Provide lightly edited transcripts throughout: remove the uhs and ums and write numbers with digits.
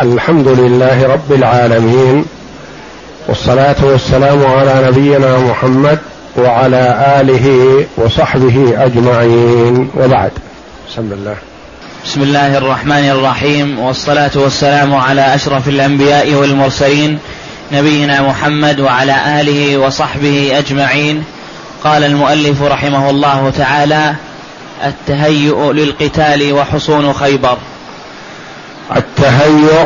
الحمد لله رب العالمين، والصلاة والسلام على نبينا محمد وعلى آله وصحبه أجمعين، وبعد. بسم الله الرحمن الرحيم، والصلاة والسلام على أشرف الأنبياء والمرسلين نبينا محمد وعلى آله وصحبه أجمعين. قال المؤلف رحمه الله تعالى: التهيؤ للقتال وحصون خيبر. التهيؤ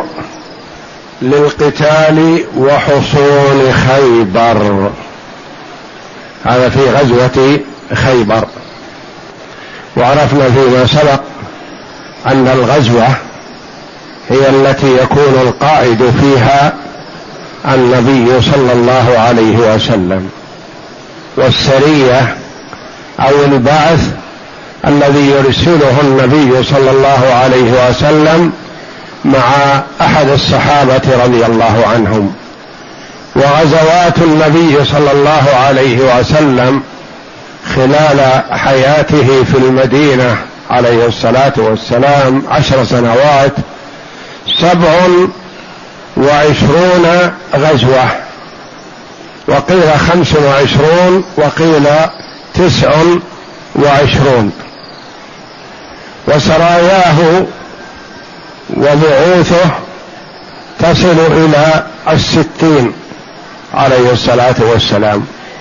للقتال وحصون خيبر، هذا في غزوة خيبر. وعرفنا فيما سبق أن الغزوة هي التي يكون القائد فيها النبي صلى الله عليه وسلم، والسرية أو البعث الذي يرسله النبي صلى الله عليه وسلم مع أحد الصحابة رضي الله عنهم. وغزوات النبي صلى الله عليه وسلم خلال حياته في المدينة عليه الصلاة والسلام 10 سنوات 27 غزوة، وقيل 25 وقيل 29، وسراياه وبعوثه تصل إلى 60 عليه الصلاة والسلام.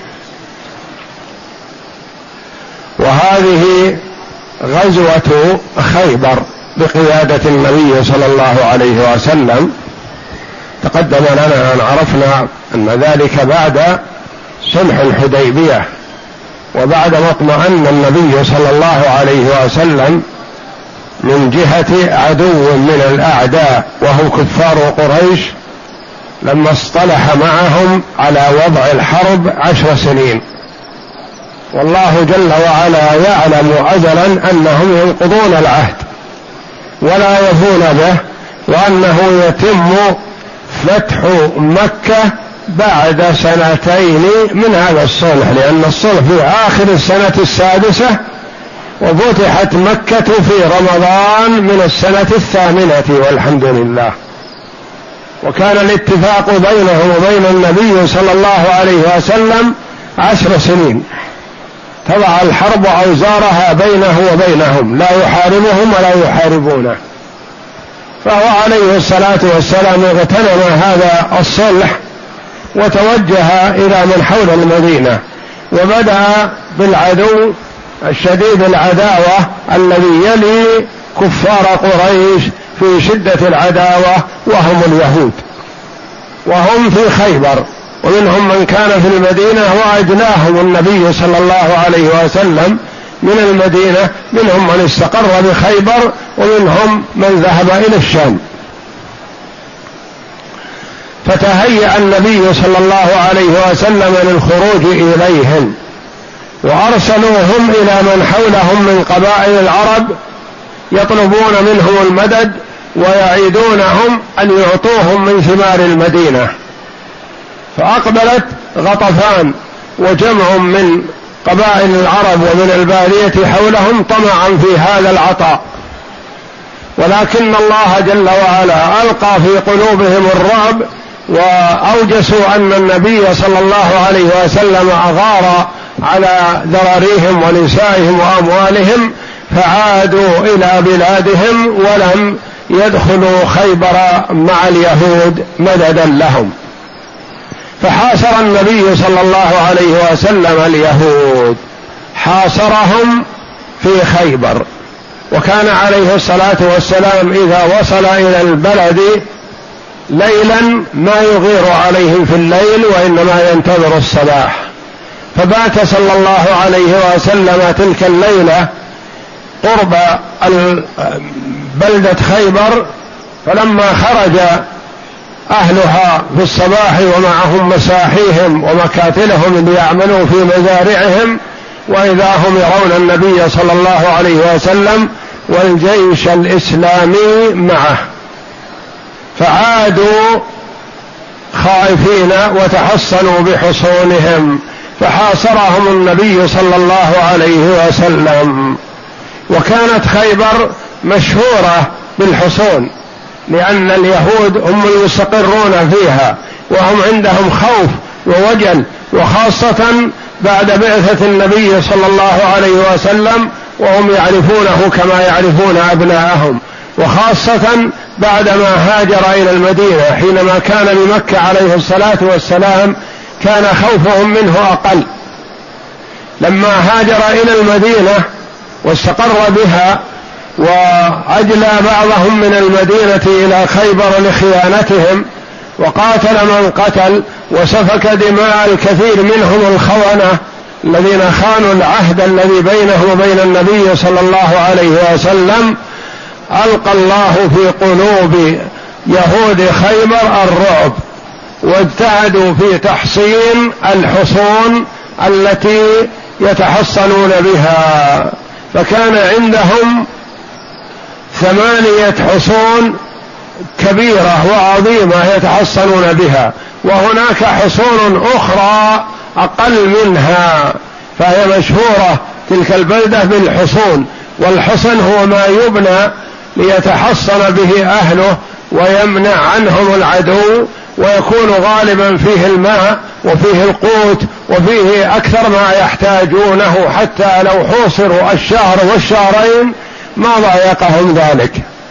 وهذه غزوة خيبر بقيادة النبي صلى الله عليه وسلم. تقدم لنا أن عرفنا أن ذلك بعد صلح الحديبية، وبعد ما اطمأن النبي صلى الله عليه وسلم من جهة عدو من الأعداء وهم كفار قريش، لما اصطلح معهم على وضع الحرب 10 سنين، والله جل وعلا يعلم أزلا أنهم ينقضون العهد ولا يفون به، وأنه يتم فتح مكة بعد 2 من هذا الصلح، لأن الصلح في آخر السنة 6، وفتحت مكة في رمضان من السنة 8، والحمد لله. وكان الاتفاق بينهم وبين النبي صلى الله عليه وسلم 10 سنين، تضع الحرب أوزارها بينه وبينهم، لا يحاربهم ولا يحاربونه. فهو عليه الصلاة والسلام اغتنم هذا الصلح وتوجه إلى من حول المدينة، وبدأ بالعدو الشديد العداوة الذي يلي كفار قريش في شدة العداوة، وهم اليهود، وهم في خيبر، ومنهم من كان في المدينة وأجلاهم النبي صلى الله عليه وسلم من المدينة، منهم من استقر بخيبر، ومنهم من ذهب إلى الشام. فتهيأ النبي صلى الله عليه وسلم للخروج إليهم، وأرسلوهم إلى من حولهم من قبائل العرب يطلبون منهم المدد ويعيدونهم أن يعطوهم من ثمار المدينة. فأقبلت غطفان وجمع من قبائل العرب ومن البادية حولهم طمعا في هذا العطاء، ولكن الله جل وعلا ألقى في قلوبهم الرعب، وأوجسوا أن النبي صلى الله عليه وسلم أغار على ذراريهم ونسائهم وأموالهم، فعادوا إلى بلادهم ولم يدخلوا خيبر مع اليهود مددا لهم. فحاصر النبي صلى الله عليه وسلم اليهود، حاصرهم في خيبر. وكان عليه الصلاة والسلام إذا وصل إلى البلد ليلا ما يغير عليهم في الليل، وإنما ينتظر الصباح. فبات صلى الله عليه وسلم تلك الليلة قرب بلدة خيبر، فلما خرج أهلها في الصباح ومعهم مساحيهم ومكاتلهم ليعملوا في مزارعهم، وإذا هم يرون النبي صلى الله عليه وسلم والجيش الإسلامي معه، فعادوا خائفين وتحصنوا بحصونهم، فحاصرهم النبي صلى الله عليه وسلم. وكانت خيبر مشهورة بالحصون، لأن اليهود هم المستقرون فيها وهم عندهم خوف ووجل، وخاصة بعد بعثة النبي صلى الله عليه وسلم وهم يعرفونه كما يعرفون أبناءهم، وخاصة بعدما هاجر إلى المدينة. حينما كان بمكة عليه الصلاة والسلام كان خوفهم منه أقل، لما هاجر إلى المدينة واستقر بها وأجلى بعضهم من المدينة إلى خيبر لخيانتهم وقاتل من قتل وسفك دماء الكثير منهم الخونة الذين خانوا العهد الذي بينه وبين النبي صلى الله عليه وسلم، ألقى الله في قلوب يهود خيبر الرعب، واجتهدوا في تحصين الحصون التي يتحصنون بها، فكان عندهم 8 حصون كبيرة وعظيمة يتحصنون بها، وهناك حصون أخرى أقل منها، فهي مشهورة تلك البلدة بالحصون. والحصن هو ما يبنى ليتحصن به أهله ويمنع عنهم العدو، ويكون غالبا فيه الماء وفيه القوت وفيه أكثر ما يحتاجونه، حتى لو حوصروا الشهر والشهرين ما ضايقهم ذلك.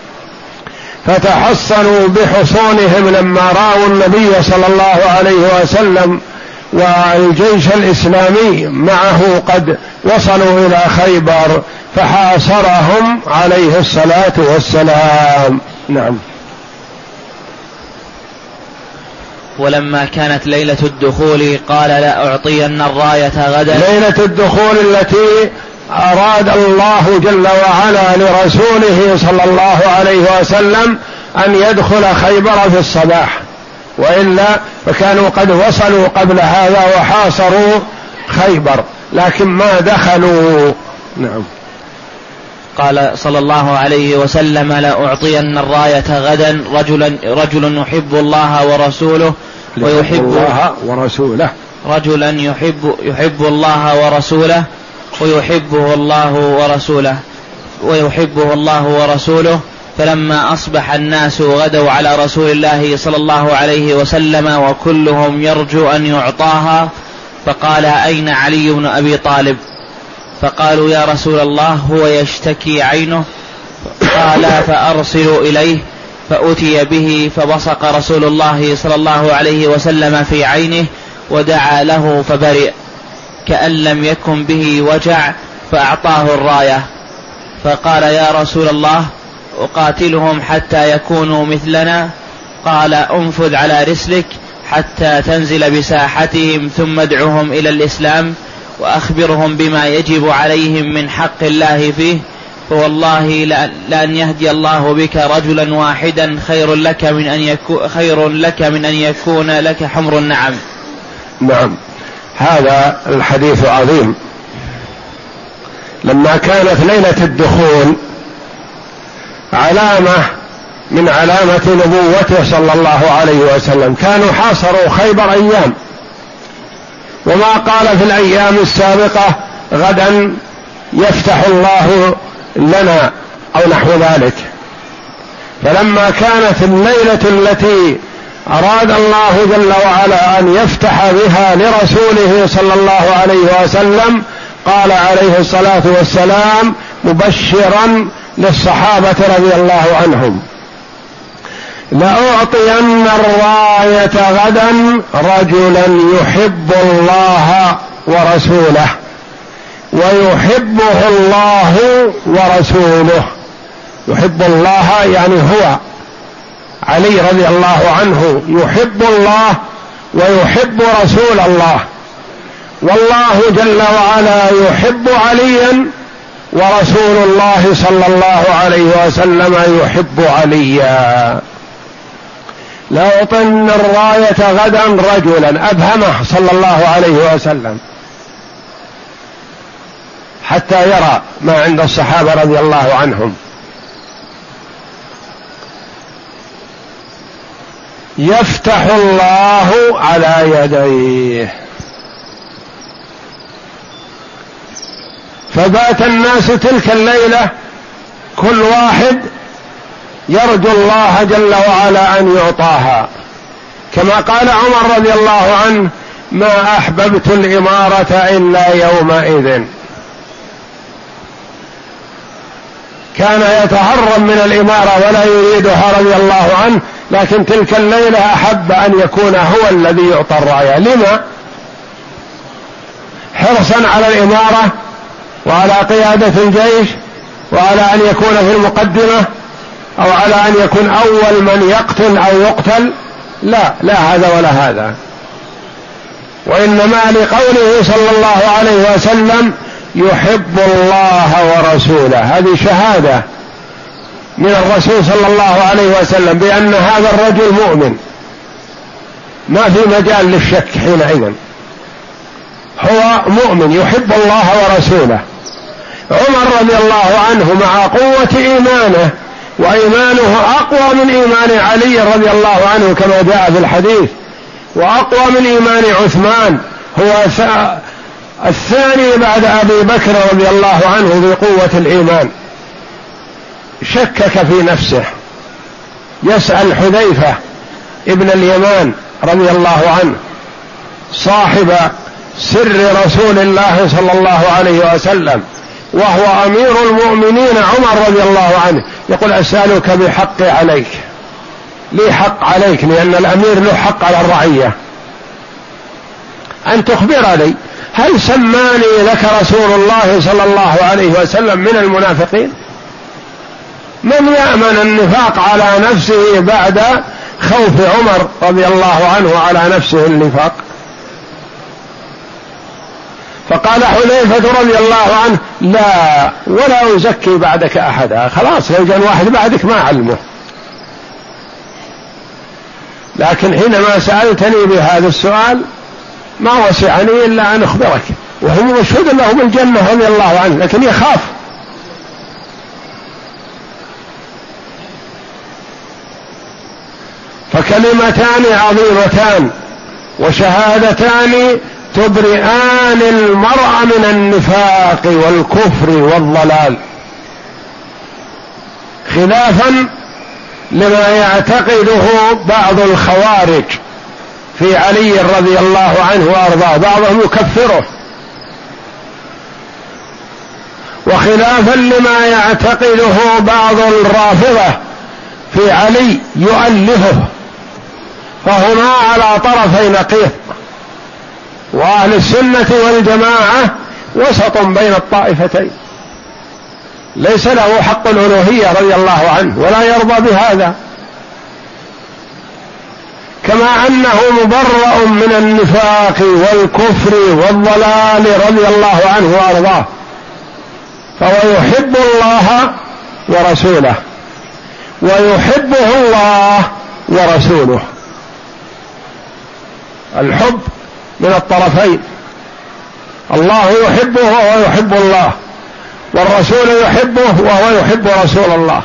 فتحصنوا بحصونهم لما رأوا النبي صلى الله عليه وسلم والجيش الإسلامي معه قد وصلوا إلى خيبر، فحاصرهم عليه الصلاة والسلام. نعم. ولما كانت ليلة الدخول قال لا أعطين الراية غدا. ليلة الدخول التي أراد الله جل وعلا لرسوله صلى الله عليه وسلم أن يدخل خيبر في الصباح، وإلا فكانوا قد وصلوا قبل هذا وحاصروا خيبر لكن ما دخلوا. نعم. قال صلى الله عليه وسلم لا أعطين الراية غدا رجل يحب الله ورسوله ويحب الله ورسوله، رجلا يحب الله ورسوله ويحبه الله ورسوله. فلما أصبح الناس غدوا على رسول الله صلى الله عليه وسلم وكلهم يرجو أن يعطاها، فقال أين علي بن أبي طالب؟ فقالوا يا رسول الله هو يشتكي عينه. قال فأرسلوا إليه، فأتي به فبصق رسول الله صلى الله عليه وسلم في عينه ودعا له فبرئ كأن لم يكن به وجع، فأعطاه الراية. فقال يا رسول الله أقاتلهم حتى يكونوا مثلنا؟ قال انفذ على رسلك حتى تنزل بساحتهم ثم ادعهم إلى الإسلام وأخبرهم بما يجب عليهم من حق الله فيه، فوالله لأن يهدي الله بك رجلا واحدا خير لك من أن يكون لك حمر النعم. نعم. هذا الحديث عظيم. لما كانت ليلة الدخول علامة من علامة نبوته صلى الله عليه وسلم، كانوا حاصروا خيبر أيام، وما قال في الأيام السابقة غدا يفتح الله لنا أو نحو ذلك. فلما كانت الليلة التي أراد الله جل وعلا أن يفتح بها لرسوله صلى الله عليه وسلم، قال عليه الصلاة والسلام مبشرا للصحابة رضي الله عنهم لأعطين الراية غدا رجلا يحب الله ورسوله ويحبه الله ورسوله. يحب الله يعني هو علي رضي الله عنه يحب الله ويحب رسول الله، والله جل وعلا يحب عليا ورسول الله صلى الله عليه وسلم يحب عليا. لأعطين الراية غدا رجلا، أبهمه صلى الله عليه وسلم حتى يرى ما عند الصحابة رضي الله عنهم. يفتح الله على يديه. فبات الناس تلك الليلة كل واحد يرجو الله جل وعلا أن يعطاها، كما قال عمر رضي الله عنه: ما أحببت الإمارة إلا يومئذ. كان يتهرب من الإمارة ولا يريدها رضي الله عنه، لكن تلك الليلة أحب أن يكون هو الذي يعطى الراية. لما؟ حرصا على الإمارة وعلى قيادة الجيش وعلى أن يكون في المقدمة، أو على أن يكون أول من يقتل أو يقتل. لا هذا ولا هذا، وإنما لقوله صلى الله عليه وسلم: يحب الله ورسوله. هذه شهادة من الرسول صلى الله عليه وسلم بأن هذا الرجل مؤمن، ما في مجال للشك حينئذ، هو مؤمن يحب الله ورسوله. عمر رضي الله عنه مع قوة إيمانه، وإيمانه أقوى من إيمان علي رضي الله عنه كما جاء في الحديث، وأقوى من إيمان عثمان، هو الثاني بعد أبي بكر رضي الله عنه في قوة الإيمان. شكك في نفسه، يسأل حذيفة ابن اليمان رضي الله عنه صاحب سر رسول الله صلى الله عليه وسلم، وهو أمير المؤمنين عمر رضي الله عنه، يقول: أسألك بحقي عليك، لي حق عليك، لأن الأمير له حق على الرعية، أن تخبرني هل سماني لك رسول الله صلى الله عليه وسلم من المنافقين؟ من يأمن النفاق على نفسه بعد خوف عمر رضي الله عنه على نفسه النفاق؟ فقال حذيفة رضي الله عنه: لا، ولا أزكي بعدك أحدا، خلاص لو جاء واحد بعدك ما علمه، لكن حينما سألتني بهذا السؤال ما وسعني إلا أن أخبرك، وهو مشهود له بالجنة رضي الله عنه، لكن يخاف. فكلمتان عظيمتان وشهادتان تبرئان المرء من النفاق والكفر والضلال، خلافا لما يعتقده بعض الخوارج في علي رضي الله عنه وارضاه، بعضهم يكفره، وخلافا لما يعتقده بعض الرافضة في علي يؤلفه. فهما على طرفي نقيض، وأهل السنة والجماعة وسط بين الطائفتين، ليس له حق الألوهية رضي الله عنه ولا يرضى بهذا، كما أنه مبرأ من النفاق والكفر والضلال رضي الله عنه وأرضاه، فهو يحب الله ورسوله ويحبه الله ورسوله. الحب من الطرفين، الله يحبه وهو يحب الله، والرسول يحبه وهو يحب رسول الله.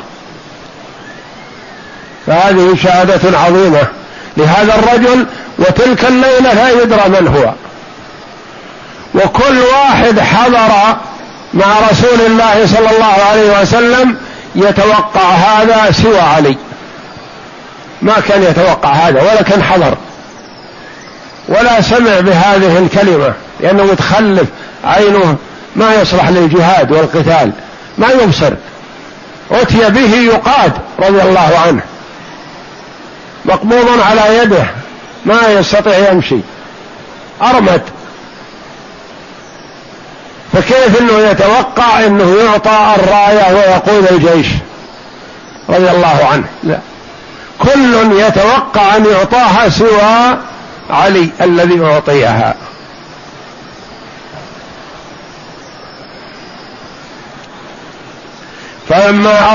فهذه شهادة عظيمة لهذا الرجل، وتلك الليلة لا يدرى من هو، وكل واحد حضر مع رسول الله صلى الله عليه وسلم يتوقع هذا سوى علي، ما كان يتوقع هذا ولا كان حضر ولا سمع بهذه الكلمة، لأنه متخلف، عينه ما يصلح للجهاد والقتال، ما يبصر، أتي به يقاد رضي الله عنه، مقبوض على يده، ما يستطيع يمشي، أرمد، فكيف انه يتوقع انه يعطى الراية ويقود الجيش رضي الله عنه؟ لا، كل يتوقع ان يعطاها سوى علي الذي أعطيها. فلما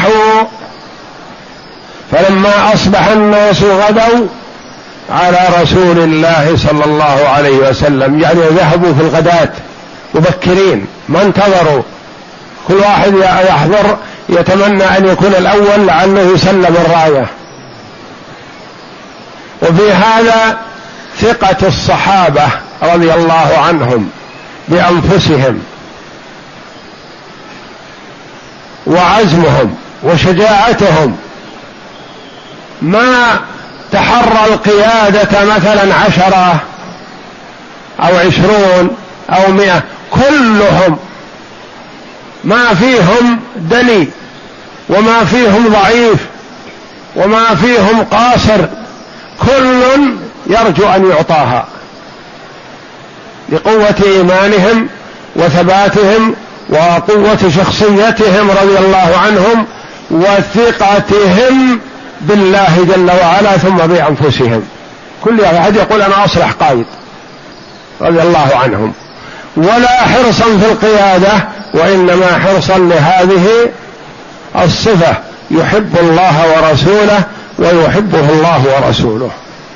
أصبح الناس غدوا على رسول الله صلى الله عليه وسلم، يعني ذهبوا في الغداة مبكرين، ما انتظروا، كل واحد يحضر يتمنى أن يكون الأول لعله يسلم الراية. وفي هذا ثقة الصحابة رضي الله عنهم بأنفسهم وعزمهم وشجاعتهم ما تحرى القيادة مثلا 10 أو 20 أو 100، كلهم ما فيهم دني وما فيهم ضعيف وما فيهم قاصر، كل يرجو أن يعطاها لقوة إيمانهم وثباتهم وقوة شخصيتهم رضي الله عنهم وثقتهم بالله جل وعلا ثم بأنفسهم. كل واحد يقول أنا أصلح قائد رضي الله عنهم، ولا حرصا في القيادة وإنما حرصا لهذه الصفة، يحب الله ورسوله ويحبه الله ورسوله،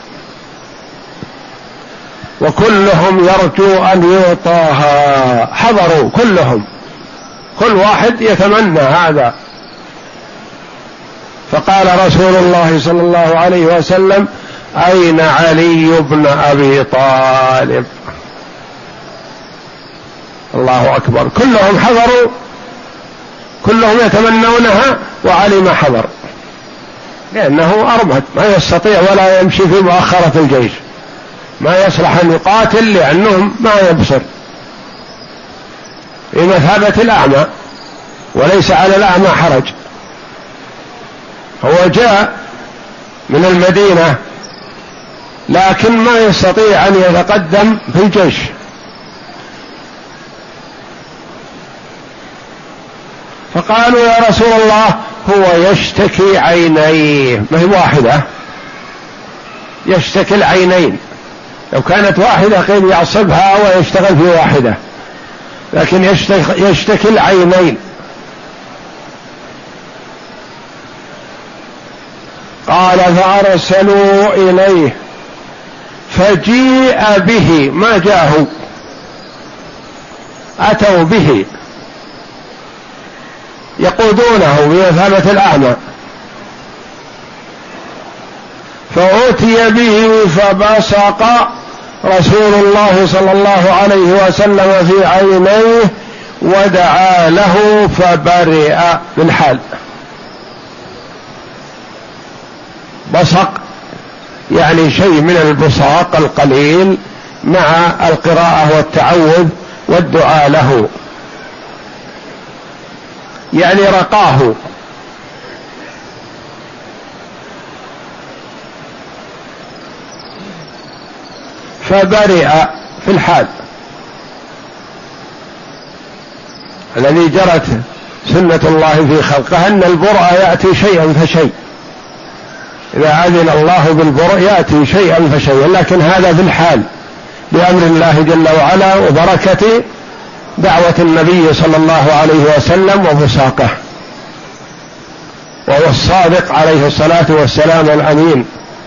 وكلهم يرجو أن يعطاها، حضروا كلهم، كل واحد يتمنى هذا. فقال رسول الله صلى الله عليه وسلم: أين علي بن أبي طالب؟ الله أكبر، كلهم حضروا، كلهم يتمنونها، وعلي ما حضر لأنه أرمد، ما يستطيع ولا يمشي في مؤخرة الجيش، ما يصلح أن يقاتل لأنه ما يبصر، بمثابة الأعمى، وليس على الأعمى حرج. هو جاء من المدينة لكن ما يستطيع أن يتقدم في الجيش، فقالوا: يا رسول الله هو يشتكي عينيه، ما هي واحدة، يشتكي العينين، لو كانت واحدة قيل يعصبها ويشتغل في واحدة، لكن يشتكي العينين. قال: فأرسلوا إليه فجيء به، ما جاءه، أتوا به يقودونه بمثابة الأعمى، فأتي به فبصق رسول الله صلى الله عليه وسلم في عينيه ودعا له فبرئ بالحال. بصق يعني شيء من البصاق القليل مع القراءة والتعوذ والدعاء له، يعني رقاه. فبرئ في الحال، الذي جرت سنة الله في خلقه أن البرء يأتي شيئا فشيء، إذا أذن الله بالبرء يأتي شيئا فشيئا، لكن هذا في الحال بأمر الله جل وعلا وبركة دعوة النبي صلى الله عليه وسلم وبصاقه، وهو الصادق عليه الصلاة والسلام الأمين،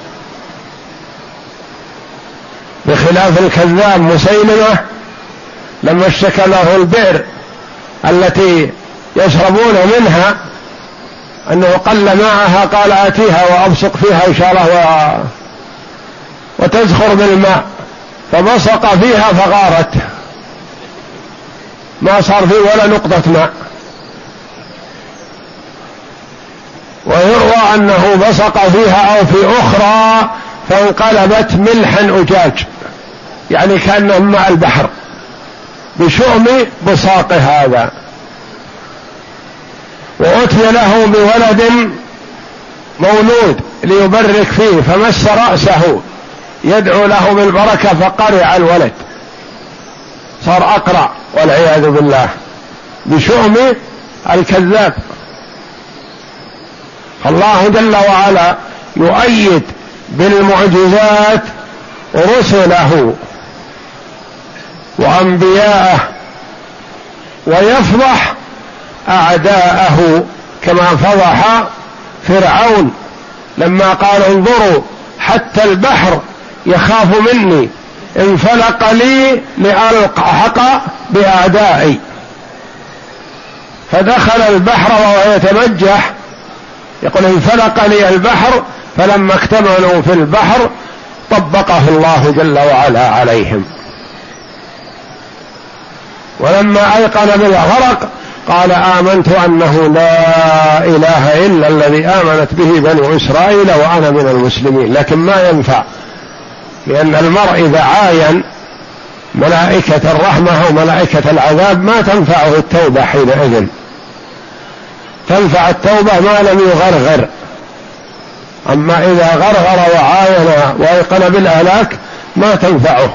بخلاف الكذاب مسيلمة لما اشتكى له البئر التي يشربون منها أنه قل ماءها، قال: آتيها وأبصق فيها إن شاء الله وتزخر بالماء، فبصق فيها فغارت، ما صار فيه ولا نقطة ماء. ويروى أنه بصق فيها أو في أخرى فانقلبت ملحا أجاج، يعني كأنه ماء البحر، بشؤم بصاق هذا. وأتي له بولد مولود ليبرك فيه، فمس رأسه يدعو له بالبركة فقرع الولد، صار أقرع والعياذ بالله بشؤم الكذاب. الله جل وعلا يؤيد بالمعجزات رسله وأنبياءه ويفضح أعداءه، كما فضح فرعون لما قال: انظروا حتى البحر يخاف مني، انفلق لي لألحق بأعدائي، فدخل البحر وهو يتمجح، يقول: انفلق لي البحر، فلما اكتملوا في البحر طبقه الله جل وعلا عليهم. ولما أيقن بالغرق قال آمنت أنه لا إله إلا الذي آمنت به بنو إسرائيل وأنا من المسلمين، لكن ما ينفع، لأن المرء إذا عاين ملائكة الرحمة أو ملائكة العذاب ما تنفعه التوبة حينئذ، تنفع التوبة ما لم يغرغر، أما إذا غرغر وعاين وأيقن بالهلاك ما تنفعه.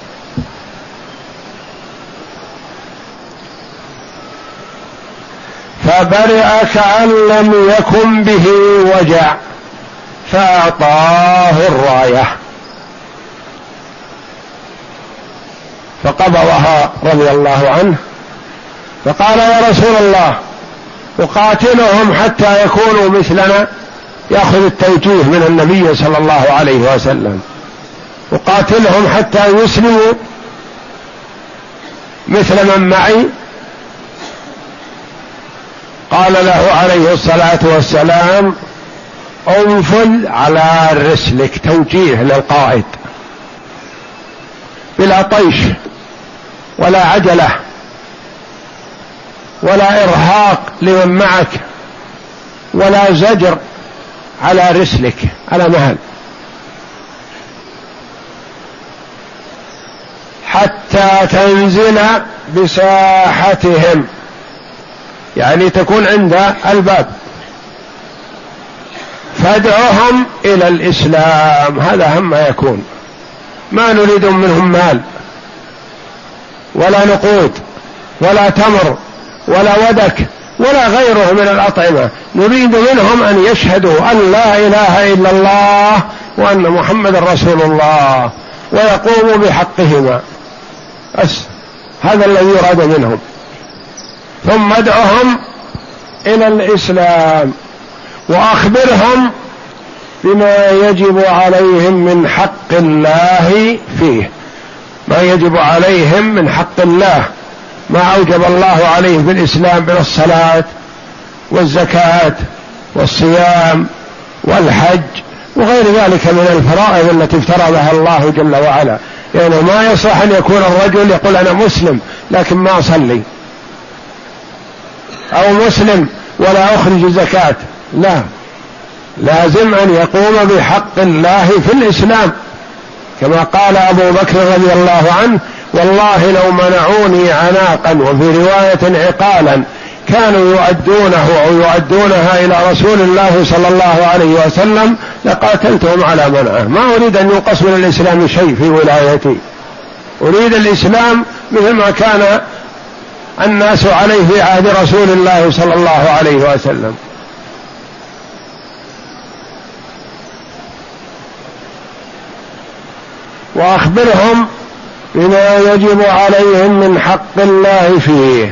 فبرئ كأن لم يكن به وجع فأعطاه الراية فقبضها رضي الله عنه، فقال يا رسول الله أقاتلهم حتى يكونوا مثلنا، يأخذ التوجيه من النبي صلى الله عليه وسلم، أقاتلهم حتى يسلموا مثل من معي؟ قال له عليه الصلاة والسلام انفذ على رسلك، توجيه للقائد بلا طيش ولا عجلة ولا إرهاق لمن معك ولا زجر، على رسلك على مهل، حتى تنزل بساحتهم، يعني تكون عند الباب، فادعهم إلى الإسلام، هذا هم ما يكون، ما نريد منهم مال ولا نقود ولا تمر ولا ودك ولا غيره من الأطعمة، نريد منهم أن يشهدوا أن لا إله إلا الله وأن محمد رسول الله ويقوموا بحقهما، بس هذا الذي يراد منهم، ثم ادعهم إلى الإسلام وأخبرهم بما يجب عليهم من حق الله فيه، ما يجب عليهم من حق الله، ما أوجب الله عليه بالإسلام من الصلاة والزكاة والصيام والحج وغير ذلك من الفرائض التي افترضها الله جل وعلا. يعني ما يصح أن يكون الرجل يقول أنا مسلم لكن ما أصلي، أو مسلم ولا أخرج زكاة، لا، لازم أن يقوم بحق الله في الإسلام، كما قال أبو بكر رضي الله عنه والله لو منعوني عناقا وفي رواية عقالا كانوا يؤدونه أو يؤدونها إلى رسول الله صلى الله عليه وسلم لقاتلتهم على منعه، ما أريد أن ينقص من الإسلام شيء في ولايتي، أريد الإسلام مثل ما كان الناس عليه في عهد رسول الله صلى الله عليه وسلم. وأخبرهم بما يجب عليهم من حق الله فيه،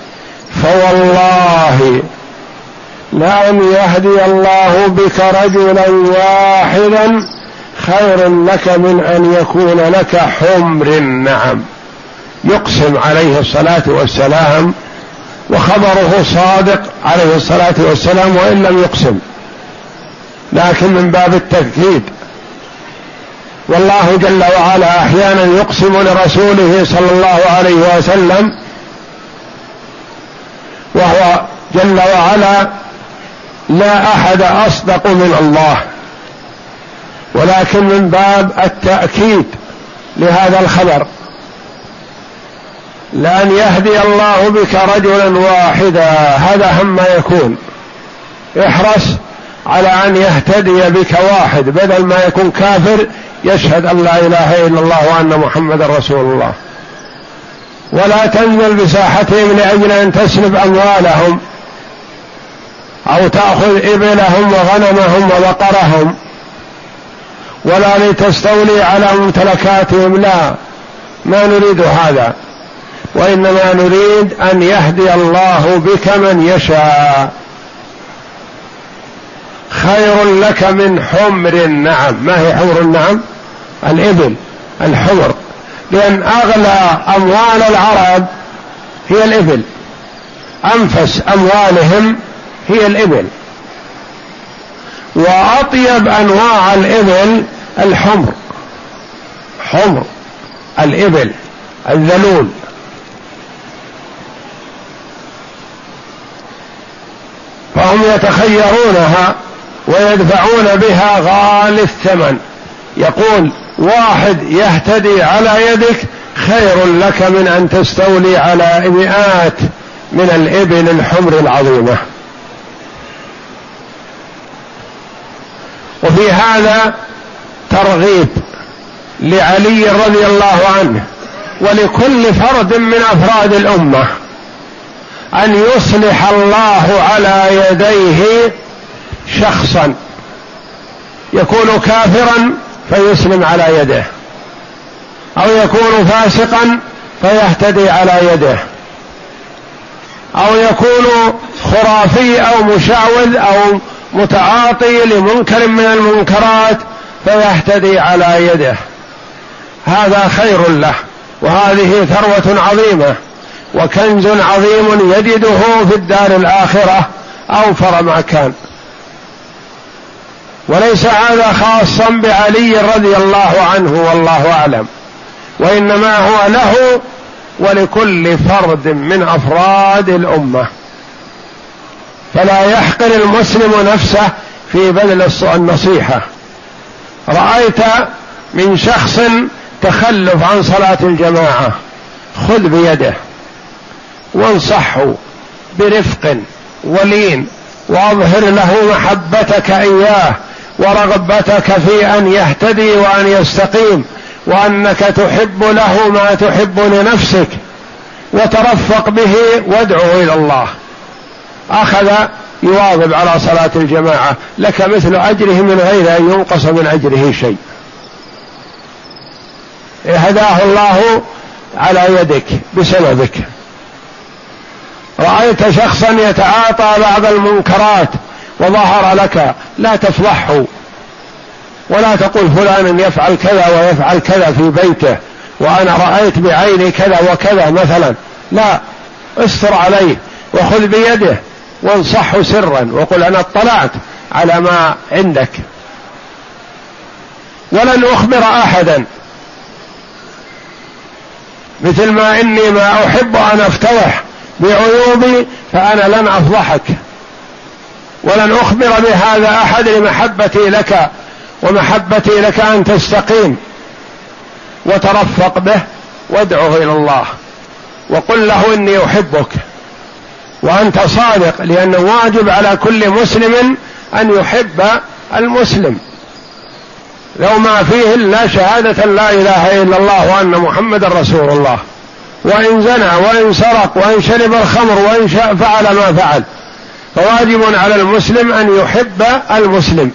فوالله لأن يهدي الله بك رجلا واحدا خير لك من أن يكون لك حمر النعم. يقسم عليه الصلاة والسلام وخبره صادق عليه الصلاة والسلام وإن لم يقسم، لكن من باب التأكيد، والله جل وعلا أحيانا يقسم لرسوله صلى الله عليه وسلم وهو جل وعلا لا أحد أصدق من الله، ولكن من باب التأكيد لهذا الخبر، لأن يهدي الله بك رجلا واحدا، هذا هم ما يكون، احرص على أن يهتدي بك واحد بدل ما يكون كافر يشهد أن لا إله إلا الله وأن محمد رسول الله، ولا تنزل بساحتهم لأجل أن تسلب أموالهم أو تأخذ إبلهم وغنمهم وبقرهم، ولا لتستولي على ممتلكاتهم، لا، ما نريد هذا، وإنما نريد أن يهدي الله بك من يشاء. خير لك من حمر النعم. ما هي حمر النعم؟ الإبل، الحمر، لأن أغلى أموال العرب هي الإبل، أنفس أموالهم هي الإبل، وأطيب أنواع الإبل الحمر، حمر الإبل الذلول. فهم يتخيرونها ويدفعون بها غالي الثمن. يقول واحد يهتدي على يدك خير لك من أن تستولي على مئات من الإبل الحمر العظيمة. وفي هذا ترغيب لعلي رضي الله عنه ولكل فرد من أفراد الأمة أن يصلح الله على يديه شخصا يكون كافرا فيسلم على يده، أو يكون فاسقا فيهتدي على يده، أو يكون خرافي أو مشعوذ أو متعاطي لمنكر من المنكرات فيهتدي على يده. هذا خير له، وهذه ثروة عظيمة وكنز عظيم يجده في الدار الآخرة أوفر ما كان. وليس هذا خاصا بعلي رضي الله عنه والله أعلم، وإنما هو له ولكل فرد من أفراد الأمة. فلا يحقر المسلم نفسه في بذل النصيحة. رأيت من شخص تخلف عن صلاة الجماعة، خذ بيده وانصحه برفق ولين، واظهر له محبتك إياه ورغبتك في أن يهتدي وأن يستقيم، وأنك تحب له ما تحب لنفسك، وترفق به وادعه إلى الله. أخذ يواظب على صلاة الجماعة، لك مثل أجره من غير أن ينقص من أجره شيء. هداه الله على يدك بسببك. رأيت شخصا يتعاطى بعض المنكرات وظهر لك، لا تفضحه ولا تقول فلان يفعل كذا ويفعل كذا في بيته وأنا رأيت بعيني كذا وكذا مثلا، لا، استر عليه وخذ بيده وانصحه سرا وقل أنا اطلعت على ما عندك، ولن أخبر أحدا، مثل ما إني ما أحب أن أفتضح بعيوبي فأنا لن أفضحك، ولن أخبر بهذا أحد لمحبتي لك ومحبتي لك أن تستقيم. وترفق به وادعه إلى الله وقل له إني أحبك وأنت صادق، لأنه واجب على كل مسلم أن يحب المسلم، لو ما فيه إلا شهادة لا إله إلا الله وأن محمد رسول الله، وإن زنى وإن سرق وإن شرب الخمر وإن فعل ما فعل، فواجب على المسلم أن يحب المسلم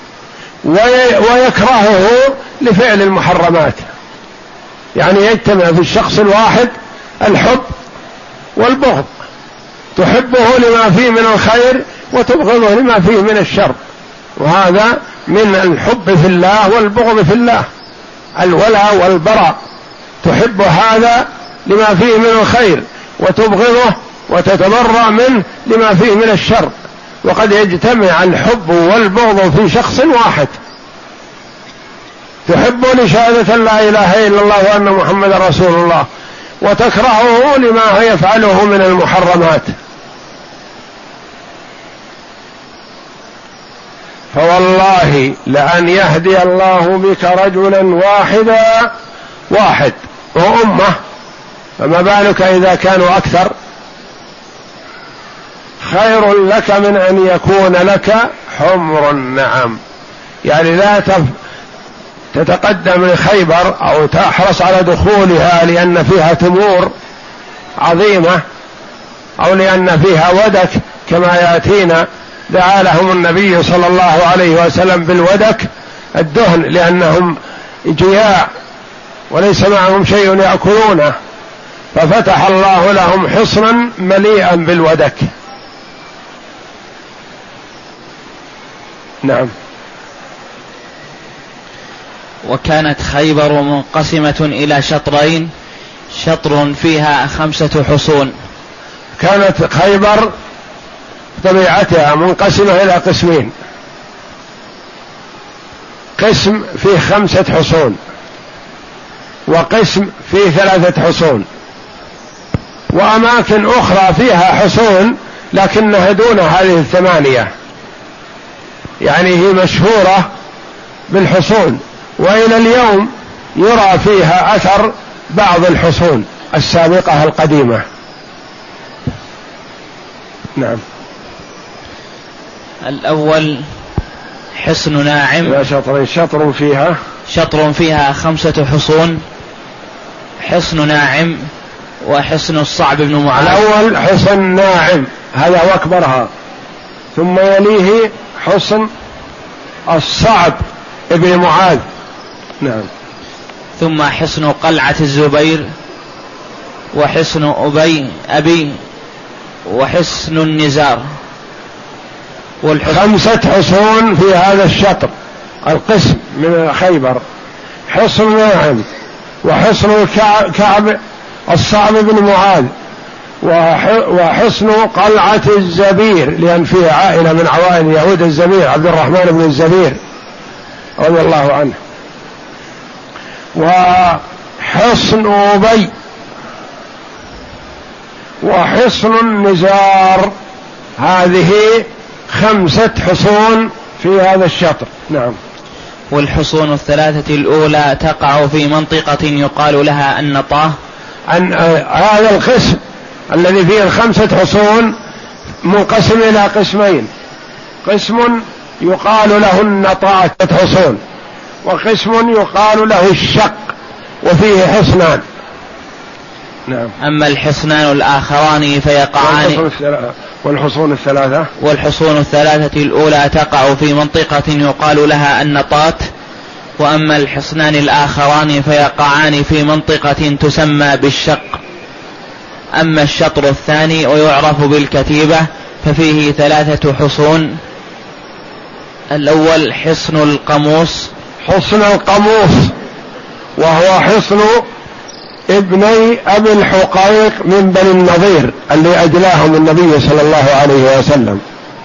ويكرهه لفعل المحرمات. يعني يجتمع في الشخص الواحد الحب والبغض، تحبه لما فيه من الخير وتبغضه لما فيه من الشر، وهذا من الحب في الله والبغض في الله، الولاء والبراء، تحب هذا لما فيه من الخير وتبغضه وتتبرأ منه لما فيه من الشر. وقد يجتمع الحب والبغض في شخص واحد، تحب لشهادة لا إله إلا الله وأن محمد رسول الله، وتكرهه لما يفعله من المحرمات. فوالله لأن يهدي الله بك رجلا واحد وأمة، فما بالك إذا كانوا أكثر، خير لك من أن يكون لك حمر النعم. يعني لا تتقدم لخيبر أو تحرص على دخولها لأن فيها تمور عظيمة أو لأن فيها ودك كما يأتينا. دعا لهم النبي صلى الله عليه وسلم بالودك الدهن لأنهم جياع وليس معهم شيء يأكلونه، ففتح الله لهم حصنا مليئا بالودك. نعم. وكانت خيبر منقسمة إلى شطرين، شطر فيها 5 حصون. كانت خيبر طبيعتها منقسمة إلى قسمين، قسم فيه 5 حصون وقسم فيه 3 حصون، وأماكن أخرى فيها حصون لكنها دون هذه الثمانية، يعني هي مشهورة بالحصون، وإلى اليوم يرى فيها أثر بعض الحصون السابقة القديمة. نعم. الأول حصن ناعم، شطر فيها 5 حصون، حصن ناعم وحصن الصعب بن معاذ. الأول حصن ناعم هذا وأكبرها، ثم يليه حصن الصعب ابن معاذ. نعم. ثم حصن قلعة الزبير، وحصن أبي وحصن النزار. 5 حصون في هذا الشطر القسم من خيبر: حصن ناعم، وحصن كعب الصعب بن معاذ، وحصن قلعة الزبير لأن فيه عائلة من عوائل يهود الزبير، عبد الرحمن بن الزبير رضي الله عنه، وحصن أبي، وحصن النزار. هذه 5 حصون في هذا الشطر. نعم. والحصون 3 الأولى تقع في منطقة يقال لها النطاه. عن هذا القسم الذي فيه 5 حصون منقسم إلى قسمين: قسم يقال له النطاه 3 حصون، وقسم يقال له الشق وفيه حصنان. نعم. أما الحصنان الآخران فيقعان. والحصون الثلاثة الأولى تقع في منطقة يقال لها النطات، وأما الحصنان الآخران فيقعان في منطقة تسمى بالشق. أما الشطر الثاني ويعرف بالكتيبة ففيه 3 حصون: الأول حصن القموس، وهو حصن ابني أبي الحقيق من بني النضير اللي أجلاهم النبي صلى الله عليه وسلم،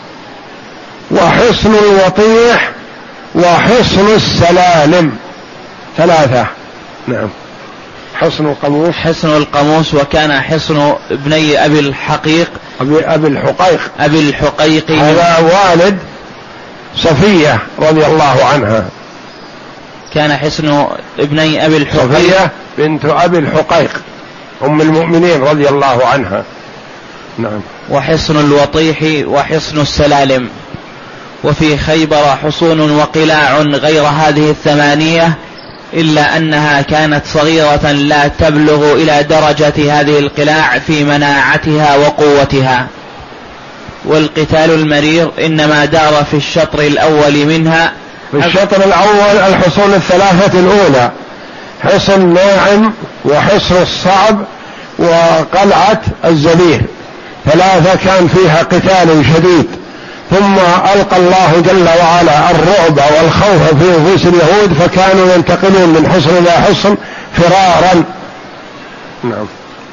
وحصن الوطيح، وحصن السلالم. 3. نعم. حصن القموس وكان حصن ابني أبي الحقيق، أبي الحقيق هذا والد صفية رضي الله عنها، كان حصن ابني أبي الحقيق صفية بنت أبي الحقيق أم المؤمنين رضي الله عنها. نعم. وحصن الوطيح وحصن السلالم. وفي خيبر حصون وقلاع غير هذه 8، إلا أنها كانت صغيرة لا تبلغ إلى درجة هذه القلاع في مناعتها وقوتها. والقتال المرير إنما دار في الشطر الأول منها. في الشطر الأول الحصون 3 الأولى: حصن ناعم، وحصن الصعب، وقلعة الزبير. 3 كان فيها قتال شديد، ثم ألقى الله جل وعلا الرعب والخوف في نفوس اليهود، فكانوا ينتقلون من حصن إلى حصن فرارا. نعم.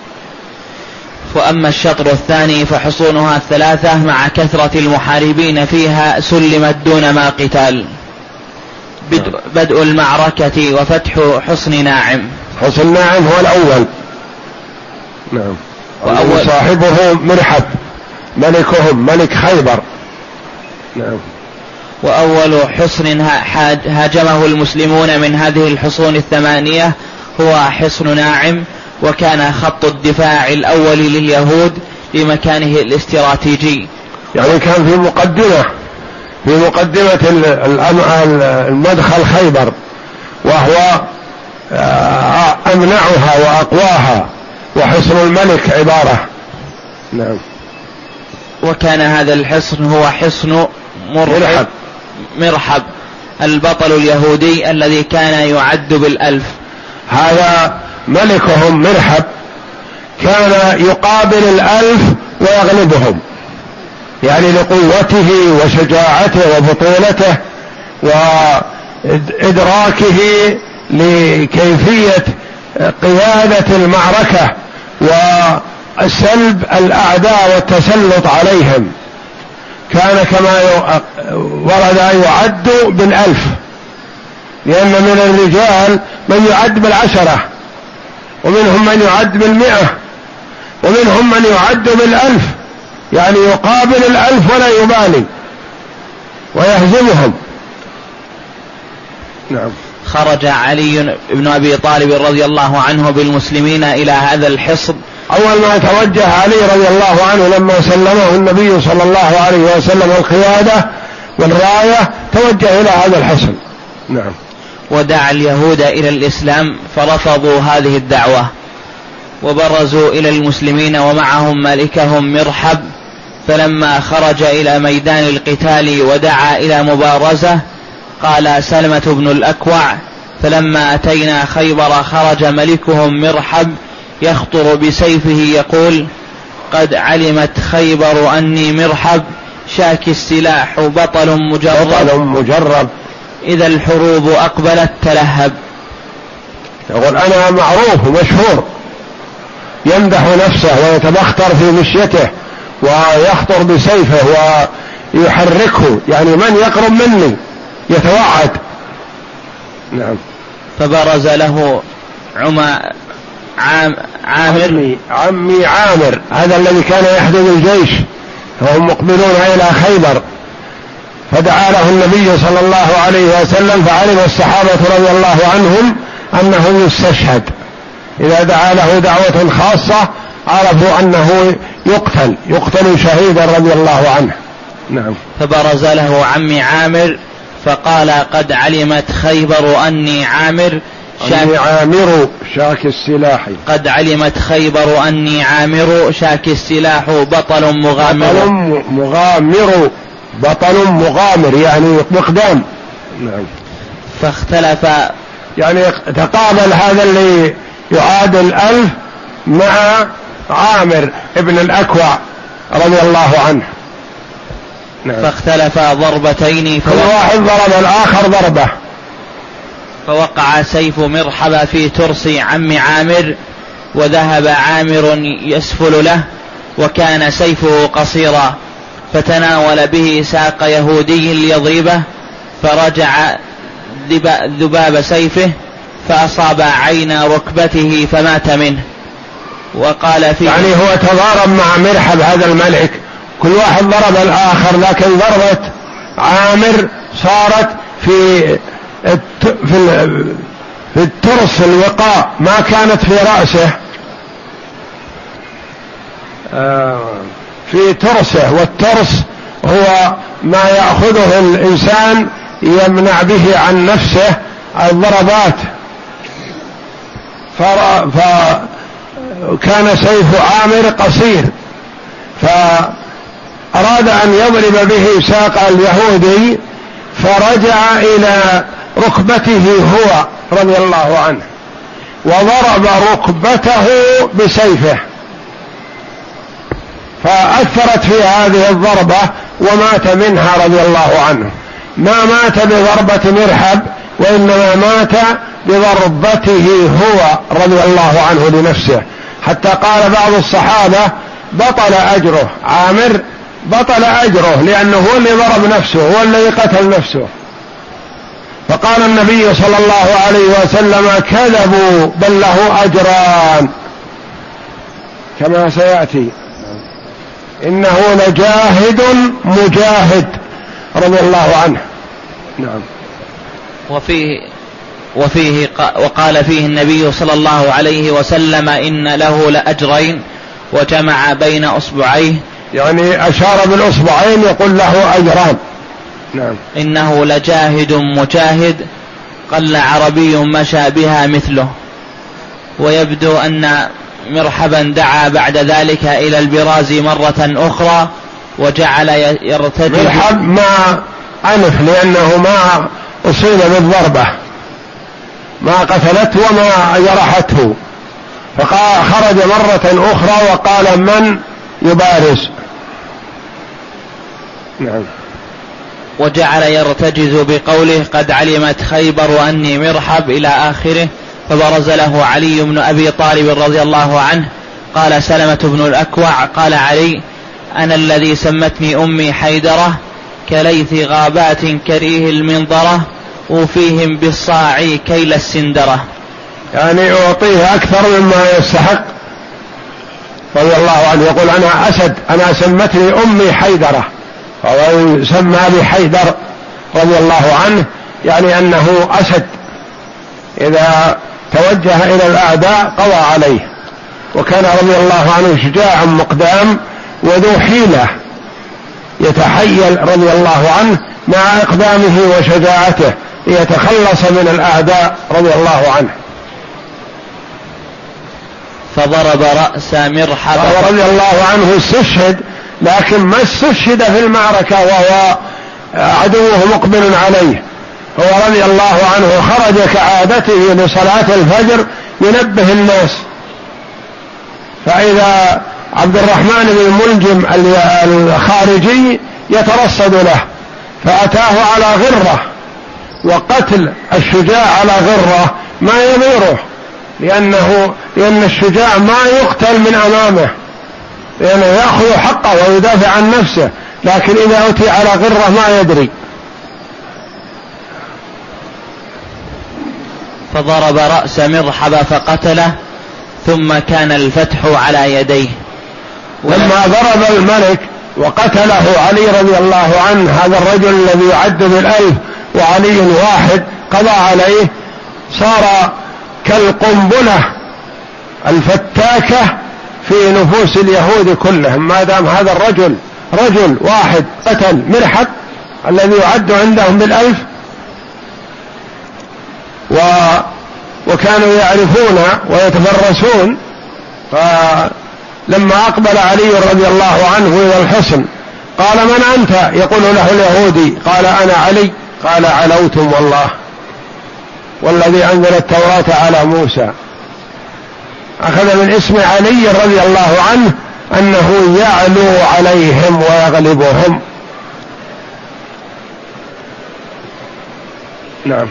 وأما الشطر الثاني فحصونها 3 مع كثرة المحاربين فيها سلمت دون ما قتال. بدء المعركة وفتح حصن ناعم. حصن ناعم هو الأول. نعم. وأول صاحبه مرحب ملكهم ملك خيبر. نعم. وأول حصن هاجمه المسلمون من هذه الحصون 8 هو حصن ناعم، وكان خط الدفاع الأول لليهود لمكانه الاستراتيجي، يعني كان في مقدمة المدخل خيبر، وهو أمنعها وأقواها، وحصن الملك عبارة. نعم. وكان هذا الحصن هو حصن مرحب البطل اليهودي الذي كان يعد بال1000. هذا ملكهم مرحب كان يقابل 1000 ويغلبهم، يعني لقوته وشجاعته وبطولته وإدراكه لكيفية قيادة المعركة وسلب الأعداء والتسلط عليهم. كان كما ورد يعد بال1000، لأن من الرجال من يعد بال10، ومنهم من يعد بال100، ومنهم من يعد بال1000. يعني يقابل 1000 ولا يبالي ويهزمهم. نعم. خرج علي بن أبي طالب رضي الله عنه بالمسلمين إلى هذا الحصن. أول ما توجه علي رضي الله عنه لما سلمه النبي صلى الله عليه وسلم القيادة والراية توجه إلى هذا الحصن. نعم. ودعا اليهود إلى الإسلام فرفضوا هذه الدعوة وبرزوا إلى المسلمين ومعهم ملكهم مرحب، فلما خرج إلى ميدان القتال ودعا إلى مبارزة قال سلمة بن الأكوع: فلما أتينا خيبر خرج ملكهم مرحب يخطر بسيفه يقول: قد علمت خيبر أني مرحب شاك السلاح بطل مجرب إذا الحروب أقبلت تلهب. يقول أنا معروف ومشهور، يمدح نفسه ويتبختر في مشيته ويخطر بسيفه ويحركه، يعني من يقرب مني يتوعد. نعم. فبرز له عمي عامر، هذا الذي كان يحدث الجيش وهم مقبلون إلى خيبر، فدعا له النبي صلى الله عليه وسلم، فعلم الصحابة رضي الله عنهم أنه يستشهد، إذا دعا له دعوة خاصة عرفوا أنه يقتل شهيدا رضي الله عنه. نعم. فبرز له عمي عامر فقال: قد علمت خيبر أني عامر شاك السلاح. قد علمت خيبر أني عامر شاك السلاح بطل مغامر يعني مقدام. نعم. فاختلف، يعني تقابل هذا اللي يعادل 1000 مع عامر ابن الأكوع رضي الله عنه. نعم. فاختلف ضربتين، كل واحد ضرب الآخر ضربة، فوقع سيف مرحبا في ترس عم عامر، وذهب عامر يسفل له وكان سيفه قصيرا، فتناول به ساق يهودي ليضربه، فرجع ذباب سيفه فأصاب عين ركبته فمات منه. وقال فيه، يعني هو تضارب مع مرحب هذا الملك، كل واحد ضرب الآخر، لكن ضربة عامر صارت في الترس الوقاء، ما كانت في رأسه، في ترسه، والترس هو ما يأخذه الإنسان يمنع به عن نفسه الضربات، فكان سيف عامر قصير، فأراد أن يضرب به ساق اليهودي، فرجع إلى ركبته هو رضي الله عنه وضرب ركبته بسيفه، فأثرت في هذه الضربة ومات منها رضي الله عنه. ما مات بضربة مرحب، وإنما مات بضربته هو رضي الله عنه لنفسه، حتى قال بعض الصحابة: بطل أجره، عامر بطل أجره، لأنه هو اللي ضرب نفسه، هو الذي قتل نفسه. فقال النبي صلى الله عليه وسلم: كذبوا، بل له أجران كما سيأتي، إنه لجاهد مجاهد رضي الله عنه. نعم. وقال فيه النبي صلى الله عليه وسلم: إن له لأجرين، وجمع بين أصبعيه، يعني أشار بالأصبعين، يقول له أجران. نعم. إنه لجاهد مجاهد قل عربي مشى بها مثله. ويبدو أن مرحبا دعا بعد ذلك إلى البراز مرة أخرى، وجعل يرتجل. مرحب ما عنف، لأنه ما أصيب بالضربة، ما قتلته وما جرحته، فخرج مرة أخرى وقال: من يبارز؟ نعم. وجعل يرتجز بقوله: قد علمت خيبر أني مرحب إلى آخره. فبرز له علي بن أبي طالب رضي الله عنه. قال سلمة بن الأكوع: قال علي: أنا الذي سمتني أمي حيدرة، كليث غابات كريه المنظرة، وفيهم بالصاع كيل السندرة. يعني أعطيه أكثر مما يستحق. رضي الله عنه يقول أنا أسد، أنا سمتني أمي حيدرة، وهو يسمى بحيدر رضي الله عنه، يعني أنه أسد إذا توجه إلى الأعداء قضى عليه. وكان رضي الله عنه شجاع مقدام وذو حيلة، يتحيل رضي الله عنه مع إقدامه وشجاعته ليتخلص من الأعداء رضي الله عنه. فضرب رأس مرحب، رضي الله عنه استشهد، لكن ما استشهد في المعركة وهو عدوه مقبل عليه، هو رضي الله عنه خرج كعادته لصلاة الفجر ينبه الناس، فإذا عبد الرحمن بن ملجم الخارجي يترصد له، فأتاه على غرة، وقتل الشجاع على غرة ما يضيره، لأن الشجاع ما يقتل من أمامه، لأنه يأخذ حقه ويدافع عن نفسه، لكن إذا أتي على غرة ما يدري. فضرب رأس مرحب فقتله، ثم كان الفتح على يديه. لما ضرب الملك وقتله علي رضي الله عنه، هذا الرجل الذي يعد بالألف وعلي واحد قضى عليه، صار كالقنبلة الفتاكة في نفوس اليهود كلهم، ما دام هذا الرجل رجل واحد قتل مرحب الذي يعد عندهم بالألف، وكانوا يعرفون ويتفرسون. فلما أقبل علي رضي الله عنه إلى الحصن قال من أنت؟ يقول له اليهودي، قال أنا علي. قال علوتم والذي أنزل التوراة على موسى. أخذ من اسم علي رضي الله عنه أنه يعلو عليهم ويغلبهم. نعم.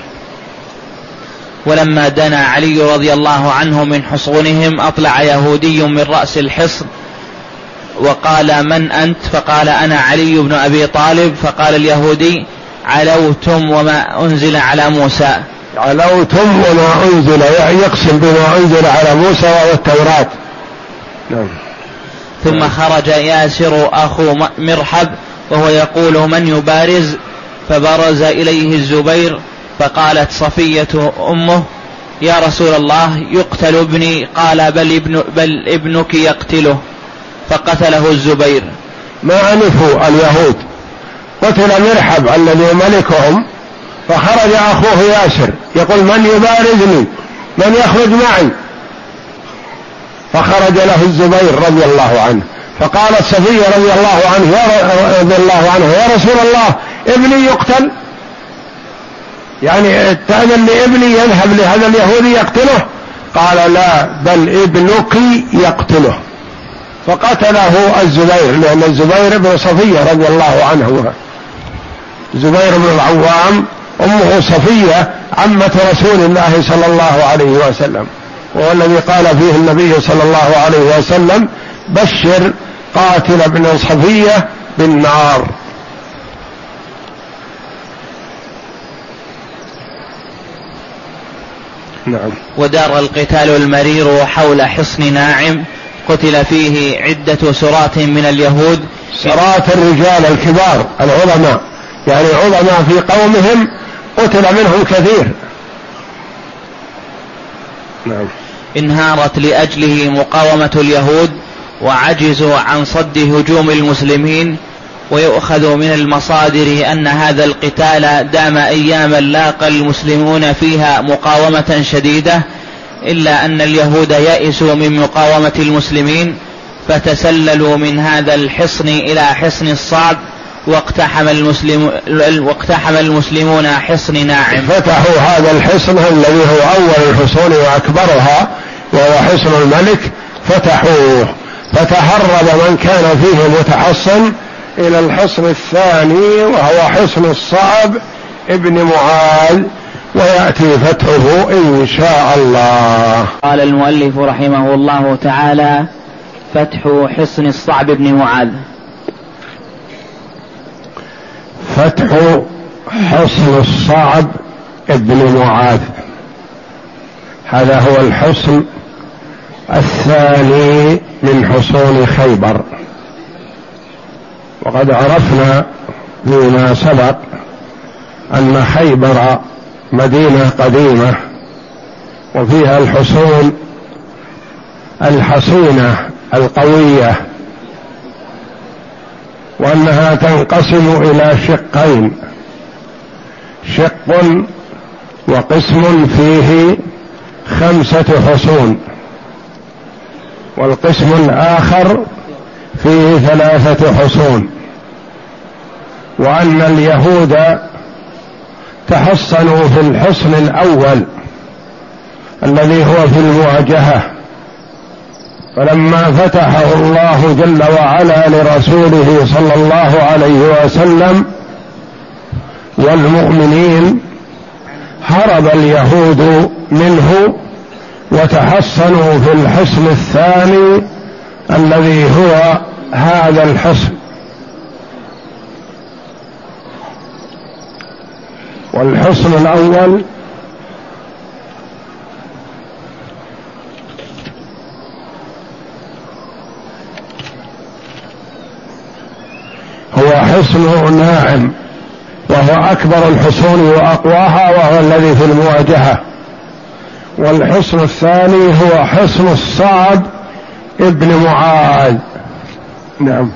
ولما دنا علي رضي الله عنه من حصونهم أطلع يهودي من رأس الحصن وقال من أنت؟ فقال أنا علي بن أبي طالب. فقال اليهودي علوتم وما أنزل على موسى. علوتم وما أنزل، يقسم بما أنزل على موسى وهو التوراة. نعم. ثم خرج ياسر أخو مرحب وهو يقول من يبارز؟ فبرز إليه الزبير، فقالت صفية أمه يا رسول الله يقتل ابني. قال بل ابنك يقتله، فقتله الزبير. ما أنفوا اليهود، قتل مرحب الذي ملكهم، فخرج أخوه ياسر يقول من يبارزني، من يخرج معي؟ فخرج له الزبير رضي الله عنه، فقالت صفية رضي الله عنه يا رسول الله ابني يقتل، يعني تأذن لابني يذهب لهذا اليهودي يقتله؟ قال لا بل ابنك يقتله، فقتله الزبير، لأن الزبير بن صفية رضي الله عنه، زبير بن العوام أمه صفية عمة رسول الله صلى الله عليه وسلم، وهو الذي قال فيه النبي صلى الله عليه وسلم بشر قاتل ابن صفية بالنار. نعم. ودار القتال المرير حول حصن ناعم، قتل فيه عدة سرات من اليهود. سرات الرجال الكبار العظماء، يعني عظماء في قومهم قتل منهم كثير. نعم. انهارت لأجله مقاومة اليهود وعجزوا عن صد هجوم المسلمين. ويؤخذ من المصادر أن هذا القتال دام أياما لاقى المسلمون فيها مقاومة شديدة، إلا أن اليهود يئسوا من مقاومة المسلمين فتسللوا من هذا الحصن إلى حصن الصعب، واقتحم المسلمون حصن ناعم. فتحوا هذا الحصن الذي هو أول الحصون وأكبرها وهو حصن الملك، فتحوه، فتهرب من كان فيه متحصن إلى الحصن الثاني وهو حصن الصعب ابن معاذ، ويأتي فتحه إن شاء الله. قال المؤلف رحمه الله تعالى فتح حصن الصعب ابن معاذ. فتح حصن الصعب ابن معاذ، هذا هو الحصن الثاني من حصون خيبر. وقد عرفنا فيما سبق أن خيبر مدينة قديمة وفيها الحصون الحصينة القوية، وأنها تنقسم إلى شقين، شق وقسم فيه 5 حصون، والقسم الآخر فيه 3 حصون، وأن اليهود تحصنوا في الحصن الأول الذي هو في المواجهة، فلما فتحه الله جل وعلا لرسوله صلى الله عليه وسلم والمؤمنين هرب اليهود منه وتحصنوا في الحصن الثاني الذي هو هذا الحصن. والحصن الأول هو حصن ناعم، وهو أكبر الحصون وأقواها، وهو الذي في المواجهة. والحصن الثاني هو حصن الصعب ابن معاذ. نعم.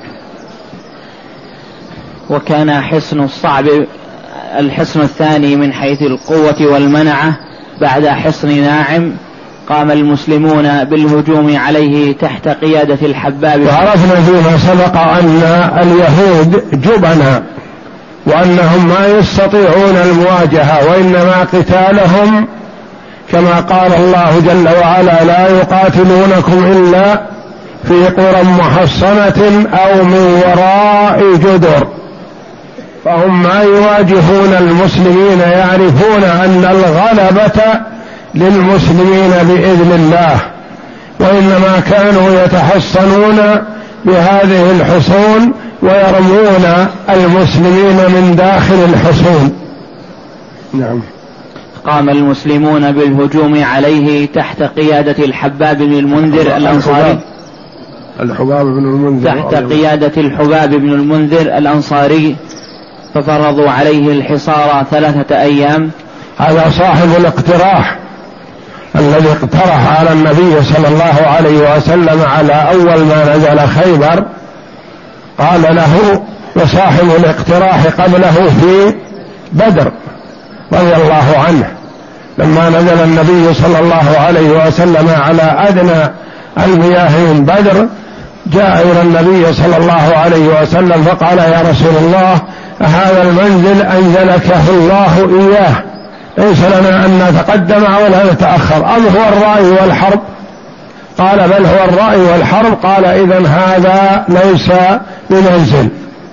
وكان حصن الصعب الحصن الثاني من حيث القوة والمنعة بعد حصن ناعم. قام المسلمون بالهجوم عليه تحت قيادة الحباب. وعرفنا فيما سبق أن اليهود جبنا، وأنهم ما يستطيعون المواجهة، وإنما قتالهم كما قال الله جل وعلا: لا يقاتلونكم إلا في قرى محصنة أو من وراء جدر. فهم ما يواجهون المسلمين، يعرفون أن الغلبة للمسلمين بإذن الله، وإنما كانوا يتحصنون بهذه الحصون ويرمون المسلمين من داخل الحصون. نعم. قام المسلمون بالهجوم عليه تحت قيادة الحباب بن المنذر الأنصاري. الحباب بن المنذر تحت قيادة الحباب بن المنذر الأنصاري، ففرضوا عليه الحصار 3 أيام. هذا صاحب الاقتراح الذي اقترح على النبي صلى الله عليه وسلم على أول ما نزل خيبر، قال له، وصاحب الاقتراح قبله في بدر رضي الله عنه، لما نزل النبي صلى الله عليه وسلم على أدنى المياه من بدر، جاء إلى النبي صلى الله عليه وسلم فقال: يا رسول الله، هذا المنزل أنزلكه الله إياه، ليس لنا أن نتقدم ولا نتأخر، أم هو الرأي والحرب؟ قال: بل هو الرأي والحرب. قال: إذن هذا ليس بمنزل.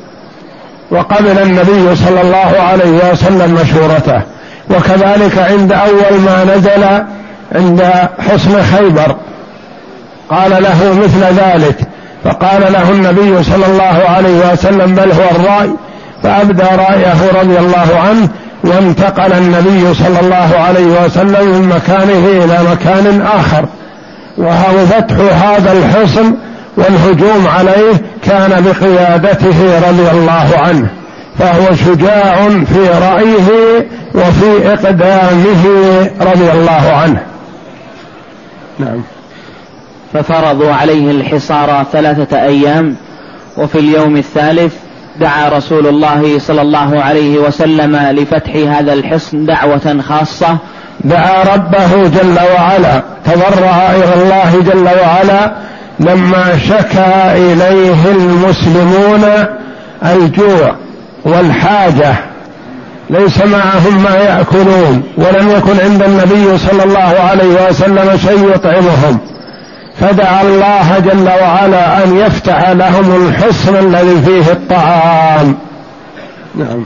وقبل النبي صلى الله عليه وسلم مشورته. وكذلك عند أول ما نزل عند حصن خيبر قال له مثل ذلك، فقال له النبي صلى الله عليه وسلم: بل هو الرأي، فأبدى رأيه رضي الله عنه، وانتقل النبي صلى الله عليه وسلم من مكانه إلى مكان آخر. وهو فتح هذا الحصن والهجوم عليه كان بقيادته رضي الله عنه، فهو شجاع في رأيه وفي إقدامه رضي الله عنه. نعم. ففرضوا عليه الحصار 3 أيام. وفي اليوم الثالث دعا رسول الله صلى الله عليه وسلم لفتح هذا الحصن دعوة خاصة. دعا ربه جل وعلا، تضرع إلى الله جل وعلا لما شكى إليه المسلمون الجوع والحاجة، ليس معهم ما يأكلون، ولم يكن عند النبي صلى الله عليه وسلم شيء يطعمهم، فدعا الله جل وعلا أن يفتح لهم الحصن الذي فيه الطعام. نعم.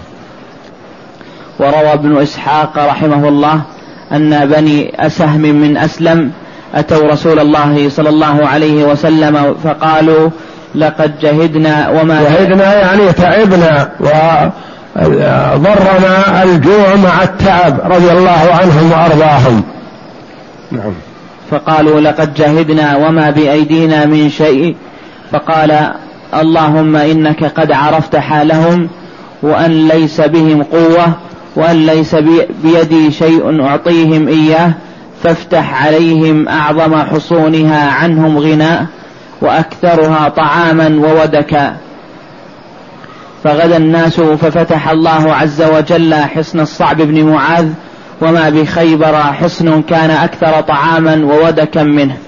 وروى ابن إسحاق رحمه الله أن بني أسهم من أسلم أتوا رسول الله صلى الله عليه وسلم فقالوا: لقد جهدنا وما جهدنا يعني تعبنا وضرنا الجوع مع التعب، رضي الله عنهم وأرضاهم. نعم. فقالوا لقد جاهدنا وما بأيدينا من شيء. فقال اللهم إنك قد عرفت حالهم وأن ليس بهم قوة وأن ليس بيدي شيء أعطيهم إياه، فافتح عليهم أعظم حصونها عنهم غناء وأكثرها طعاما وودكا. فغدا الناس ففتح الله عز وجل حصن الصعب بن معاذ، وما بخيبر حصن كان أكثر طعاما وودكا منه.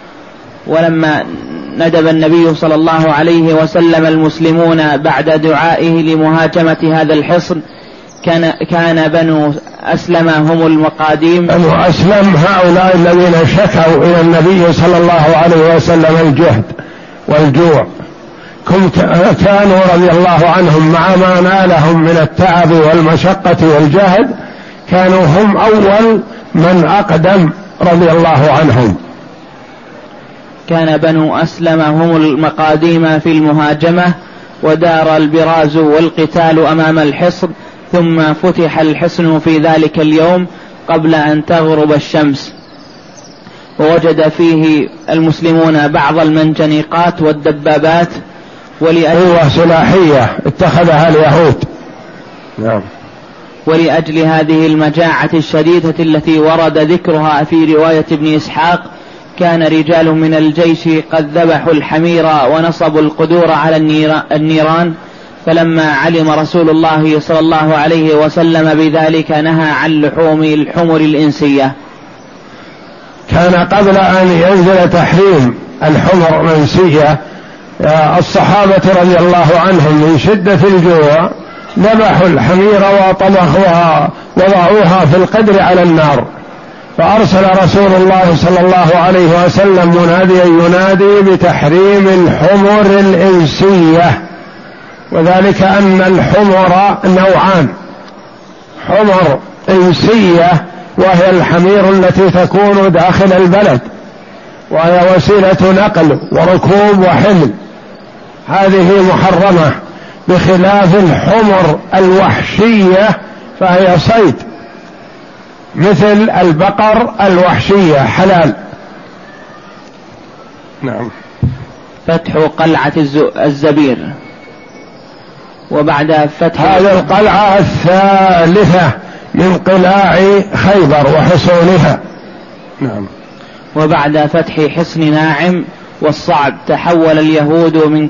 ولما ندب النبي صلى الله عليه وسلم المسلمون بعد دعائه لمهاجمة هذا الحصن، كان بنو أسلم هم المقاديم. بنو أسلم هؤلاء الذين شكوا إلى النبي صلى الله عليه وسلم الجهد والجوع، كانوا رضي الله عنهم مع ما نالهم من التعب والمشقة والجهد كانوا هم أول من أقدم رضي الله عنهم. كان بنو أسلم هم المقاديم في المهاجمة، ودار البراز والقتال أمام الحصن، ثم فتح الحصن في ذلك اليوم قبل أن تغرب الشمس، ووجد فيه المسلمون بعض المنجنيقات والدبابات قوة سلاحية اتخذها اليهود. نعم. ولأجل هذه المجاعة الشديدة التي ورد ذكرها في رواية ابن إسحاق، كان رجال من الجيش قد ذبحوا الحمير ونصبوا القدور على النيران، فلما علم رسول الله صلى الله عليه وسلم بذلك نهى عن لحوم الحمر الإنسية. كان قبل أن ينزل تحريم الحمر الإنسية الصحابة رضي الله عنهم من شدة الجوع ذبحوا الحمير وطبخوها وضعوها في القدر على النار، فأرسل رسول الله صلى الله عليه وسلم مناديا ينادي بتحريم الحمر الإنسية، وذلك أن الحمر نوعان: حمر إنسية وهي الحمير التي تكون داخل البلد وهي وسيلة نقل وركوب وحمل، هذه محرمة، بخلاف الحمر الوحشية فهي صيد، مثل البقر الوحشية حلال. نعم. فتح قلعة الزبير. وبعد فتح هذه القلعة الثالثة من قلاع خيبر وحصونها. نعم. وبعد فتح حصن ناعم والصعب تحول اليهود من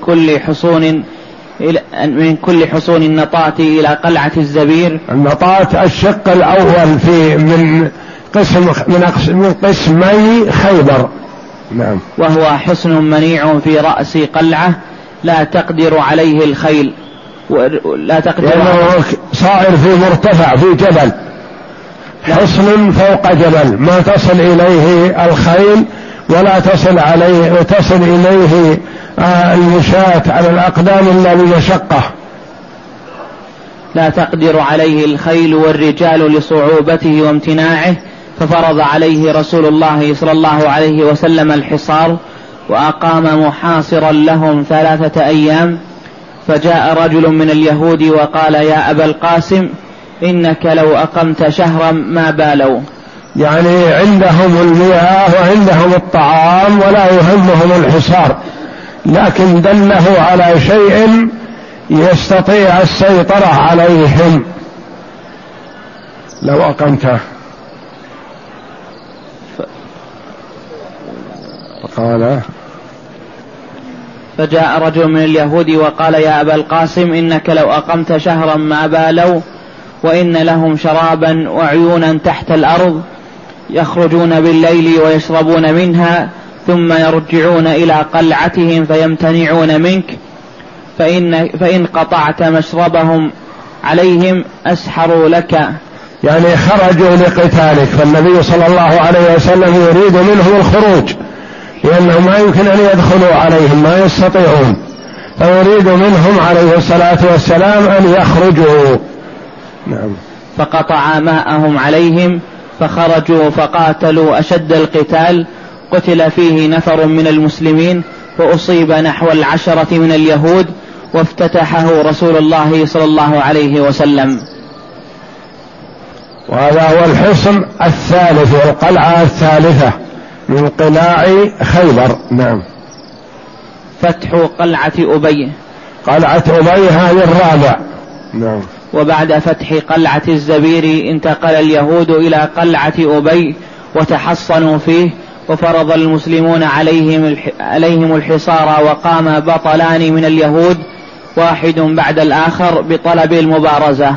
كل حصون النطاة إلى قلعة الزبير. النطاة الشق الأول من قسمي خيبر. نعم. وهو حصن منيع في رأس قلعة لا تقدر عليه الخيل، صائر في مرتفع في جبل، حصن فوق جبل ما تصل إليه الخيل ولا تصل إليه المشاة على الأقدام إلا بمشقة. لا تقدر عليه الخيل والرجال لصعوبته وامتناعه، ففرض عليه رسول الله صلى الله عليه وسلم الحصار، وأقام محاصرا لهم 3 أيام. فجاء رجل من اليهود وقال يا أبا القاسم إنك لو أقمت شهرا ما بالوا، يعني عندهم المياه وعندهم الطعام ولا يهمهم الحصار، لكن دله على شيء يستطيع السيطرة عليهم. لو أقمته فجاء رجل من اليهود وقال يا أبا القاسم إنك لو أقمت شهرا ما بالوا، وإن لهم شرابا وعيونا تحت الأرض يخرجون بالليل ويشربون منها، ثم يرجعون إلى قلعتهم فيمتنعون منك، فإن قطعت مشربهم عليهم أسحروا لك. يعني خرجوا لقتالك، فالنبي صلى الله عليه وسلم يريد منهم الخروج، لأنه ما يمكن أن يدخلوا عليهم، ما يستطيعون، فيريد منهم عليه الصلاة والسلام أن يخرجوا. نعم. فقطع ماءهم عليهم فخرجوا فقاتلوا أشد القتال، قتل فيه نفر من المسلمين وأصيب نحو 10 من اليهود، وافتتحه رسول الله صلى الله عليه وسلم. وهذا هو الحصن الثالث والقلعة الثالثة من قلاع خيبر. نعم. فتح قلعة أبي. قلعة أبي هذه الرابع. نعم. وبعد فتح قلعة الزبير انتقل اليهود إلى قلعة أبي وتحصنوا فيه، وفرض المسلمون عليهم الحصار، وقام بطلان من اليهود واحد بعد الآخر بطلب المبارزة،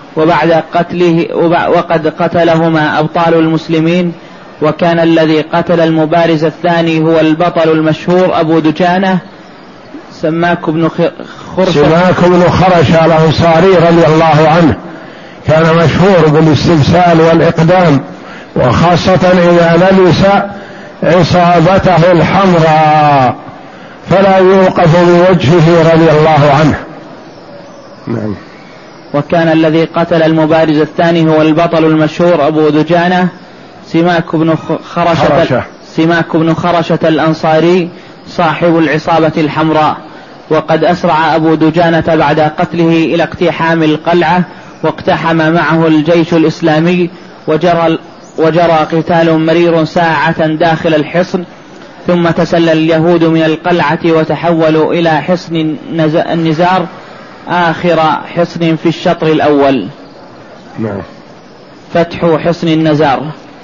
وقد قتلهما أبطال المسلمين، وكان الذي قتل المبارز الثاني هو البطل المشهور أبو دجانة سماك بن خرش الأنصاري رضي الله عنه، كان مشهور بالاستبسال والإقدام، وخاصة إذا لبس عصابته الحمراء فلا يوقف بوجهه رضي الله عنه. نعم. وكان الذي قتل المبارز الثاني هو البطل المشهور أبو دجانة سماك بن خرشة الأنصاري صاحب العصابة الحمراء. وقد أسرع أبو دجانة بعد قتله إلى اقتحام القلعة، واقتحم معه الجيش الإسلامي، وجرى قتال مرير ساعة داخل الحصن، ثم تسلل اليهود من القلعة وتحولوا إلى حصن النزار آخر حصن في الشطر الأول. نعم. فتح حصن النزار.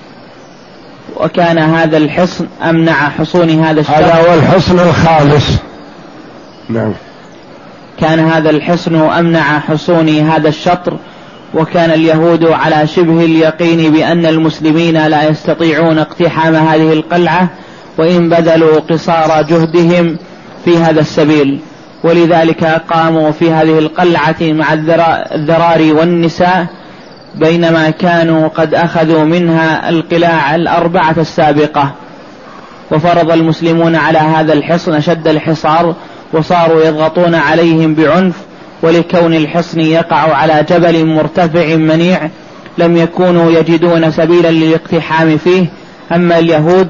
وكان هذا الحصن أمنع حصون هذا الشطر. هذا هو الحصن الخامس. نعم. كان هذا الحصن أمنع حصون هذا الشطر، وكان اليهود على شبه اليقين بأن المسلمين لا يستطيعون اقتحام هذه القلعة وإن بذلوا قصارى جهدهم في هذا السبيل، ولذلك قاموا في هذه القلعة مع الذراري والنساء، بينما كانوا قد أخذوا منها القلاع الأربعة السابقة. وفرض المسلمون على هذا الحصن أشد الحصار، وصاروا يضغطون عليهم بعنف، ولكون الحصن يقع على جبل مرتفع منيع لم يكونوا يجدون سبيلا للاقتحام فيه. أما اليهود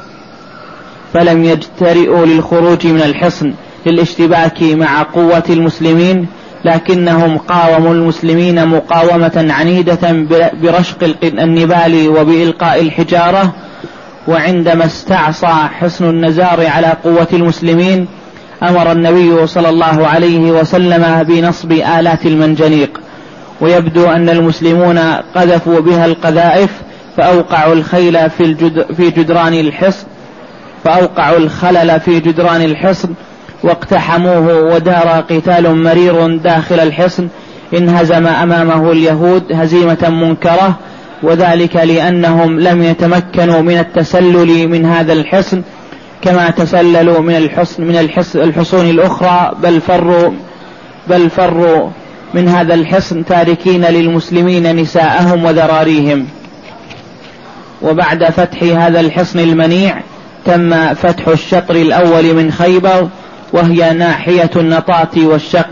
فلم يجترئوا للخروج من الحصن للاشتباك مع قوة المسلمين، لكنهم قاوموا المسلمين مقاومة عنيدة برشق النبال وبإلقاء الحجارة. وعندما استعصى حصن النزار على قوة المسلمين أمر النبي صلى الله عليه وسلم بنصب آلات المنجنيق، ويبدو أن المسلمون قذفوا بها القذائف فأوقعوا الخيل في جدران الحصن، فأوقعوا الخلل في جدران الحصن واقتحموه، ودار قتال مرير داخل الحصن انهزم أمامه اليهود هزيمة منكرة، وذلك لأنهم لم يتمكنوا من التسلل من هذا الحصن كما تسللوا من الحصون الأخرى، بل فروا من هذا الحصن تاركين للمسلمين نساءهم وذراريهم. وبعد فتح هذا الحصن المنيع تم فتح الشطر الأول من خيبر، وهي ناحية النطاة والشق،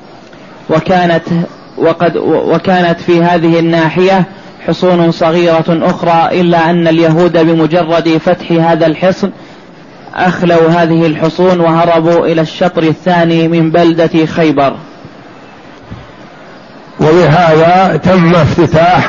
وكانت في هذه الناحية حصون صغيرة أخرى، إلا أن اليهود بمجرد فتح هذا الحصن أخلوا هذه الحصون وهربوا إلى الشطر الثاني من بلدة خيبر. وبهذا تم افتتاح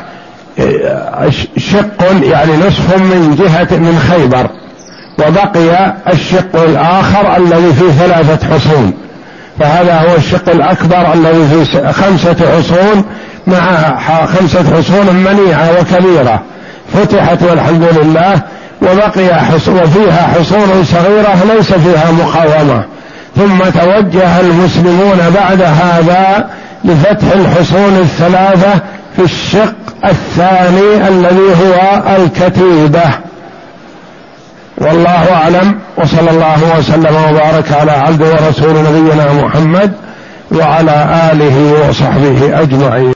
شق يعني نصف من خيبر، وبقي الشق الآخر الذي فيه 3 حصون، فهذا هو الشق الأكبر الذي فيه 5 حصون مع 5 حصون منيعة وكبيرة فتحت والحمد لله، وفيها حصون صغيرة ليس فيها مقاومة. ثم توجه المسلمون بعد هذا لفتح الحصون 3 في الشق الثاني الذي هو الكتيبة. والله أعلم، وصلى الله وسلم وبارك على عبد ورسول نبينا محمد وعلى آله وصحبه أجمعين.